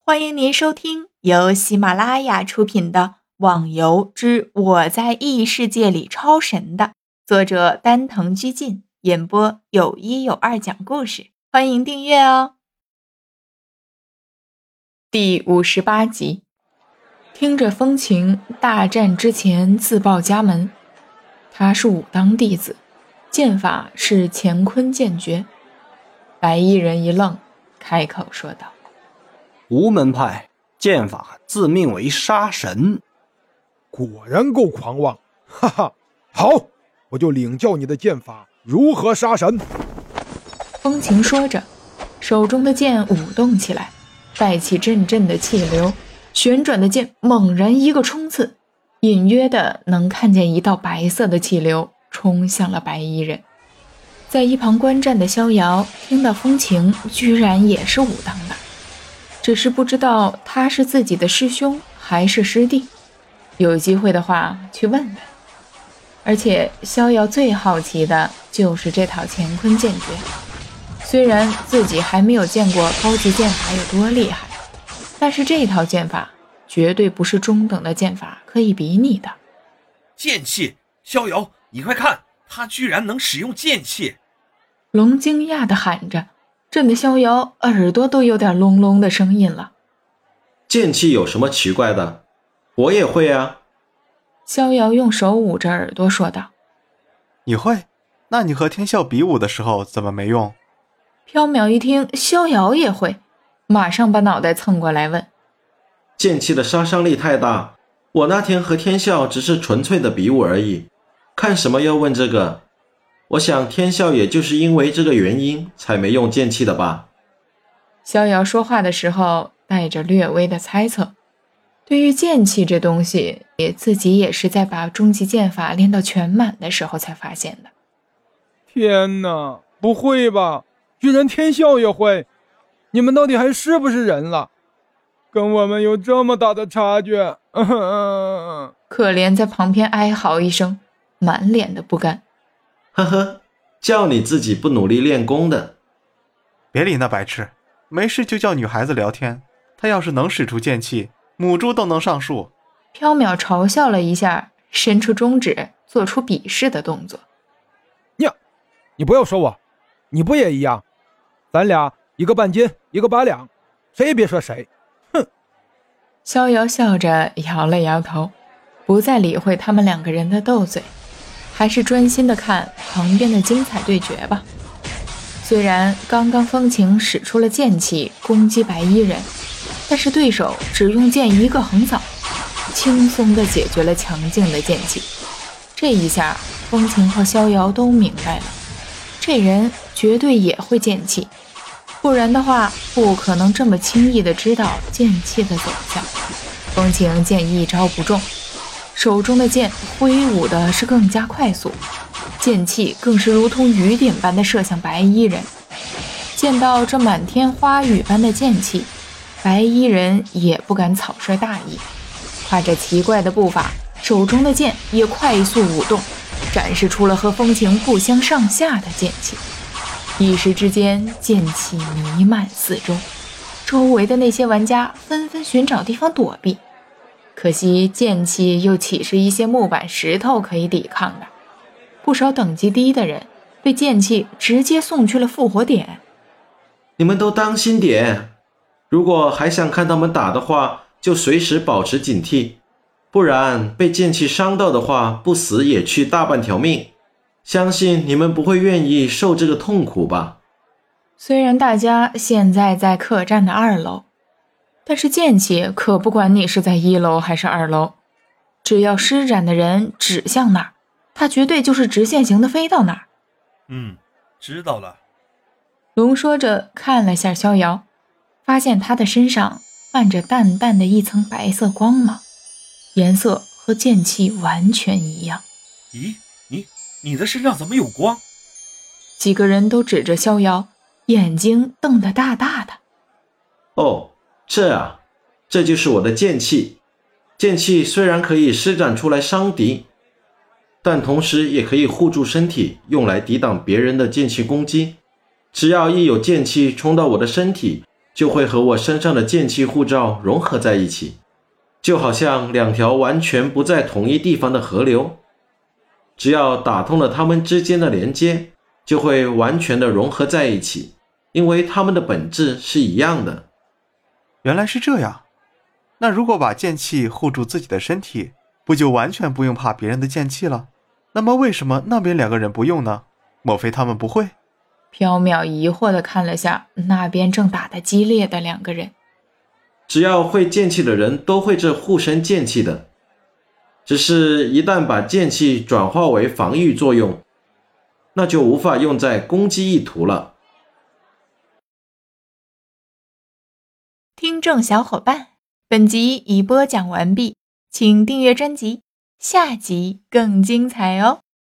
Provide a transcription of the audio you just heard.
欢迎您收听由喜马拉雅出品的《网游之我在异世界里超神》的作者丹藤居进演播，有一有二讲故事。欢迎订阅哦。第58集，听着风情大战之前自报家门，他是武当弟子，剑法是乾坤剑诀。白衣人一愣，开口说道： 无门派剑法自命为杀神， 果然够狂妄，哈哈！好，我就领教你的剑法如何杀神。 风情说着，手中的剑舞动起来，带起阵阵的气流，旋转的剑猛然一个冲刺，隐约的能看见一道白色的气流冲向了白衣人。在一旁观战的逍遥听到风情居然也是武当的，只是不知道他是自己的师兄还是师弟，有机会的话去问问。而且逍遥最好奇的就是这套乾坤剑诀，虽然自己还没有见过高级剑法有多厉害，但是这套剑法绝对不是中等的剑法可以比拟的。 剑气，逍遥，你快看，他居然能使用剑气！ 龙惊讶地喊着，震得逍遥耳朵都有点隆隆的声音了。 剑气有什么奇怪的？我也会啊。 逍遥用手捂着耳朵说道。 你会？那你和天啸比武的时候怎么没用？ 缥缈一听逍遥也会，马上把脑袋蹭过来问。 剑气的杀伤力太大，我那天和天啸只是纯粹的比武而已，看什么要问这个？我想天啸也就是因为这个原因才没用剑气的吧。 逍遥说话的时候带着略微的猜测，对于剑气这东西，自己也是在把终极剑法练到全满的时候才发现的。 天哪，不会吧，居然天啸也会？你们到底还是不是人了？跟我们有这么大的差距。 可怜在旁边哀嚎一声，满脸的不甘。 呵呵，叫你自己不努力练功的。 别理那白痴，没事就叫女孩子聊天，她要是能使出剑气，母猪都能上树。 缥缈嘲笑了一下，伸出中指做出鄙视的动作。 呀，你不要说我，你不也一样？咱俩一个半斤一个8两，谁也别说谁。哼！ 逍遥笑着摇了摇头，不再理会他们两个人的斗嘴，还是专心的看旁边的精彩对决吧。虽然刚刚风情使出了剑气攻击白衣人，但是对手只用剑一个横扫，轻松地解决了强劲的剑气。这一下风情和逍遥都明白了，这人绝对也会剑气，不然的话不可能这么轻易地知道剑气的走向。风情见一招不中，手中的剑挥舞的是更加快速，剑气更是如同雨点般的射向白衣人。见到这满天花雨般的剑气，白衣人也不敢草率大意，跨着奇怪的步伐，手中的剑也快速舞动，展示出了和风情不相上下的剑气。一时之间，剑气弥漫四周，周围的那些玩家纷纷寻找地方躲避。可惜剑气又岂是一些木板石头可以抵抗的，不少等级低的人被剑气直接送去了复活点。 你们都当心点，如果还想看他们打的话，就随时保持警惕，不然被剑气伤到的话，不死也去大半条命。相信你们不会愿意受这个痛苦吧。 虽然大家现在在客栈的2楼，但是剑气可不管你是在1楼还是2楼，只要施展的人指向哪儿，他绝对就是直线型的飞到哪儿。 知道了。 龙说着看了下逍遥，发现他的身上泛着淡淡的一层白色光芒，颜色和剑气完全一样。 咦，你的身上怎么有光？ 几个人都指着逍遥，眼睛瞪得大大的。 哦，这就是我的剑气。剑气虽然可以施展出来伤敌，但同时也可以护住身体，用来抵挡别人的剑气攻击。只要一有剑气冲到我的身体， 就会和我身上的剑气护罩融合在一起，就好像两条完全不在同一地方的河流。只要打通了它们之间的连接，就会完全的融合在一起，因为它们的本质是一样的。 原来是这样，那如果把剑气护住自己的身体，不就完全不用怕别人的剑气了？那么为什么那边两个人不用呢？莫非他们不会？ 缥缈疑惑地看了下那边正打得激烈的两个人。 只要会剑气的人都会这护身剑气的，只是一旦把剑气转化为防御作用，那就无法用在攻击意图了。 听众小伙伴，本集已播讲完毕，请订阅专辑，下集更精彩哦。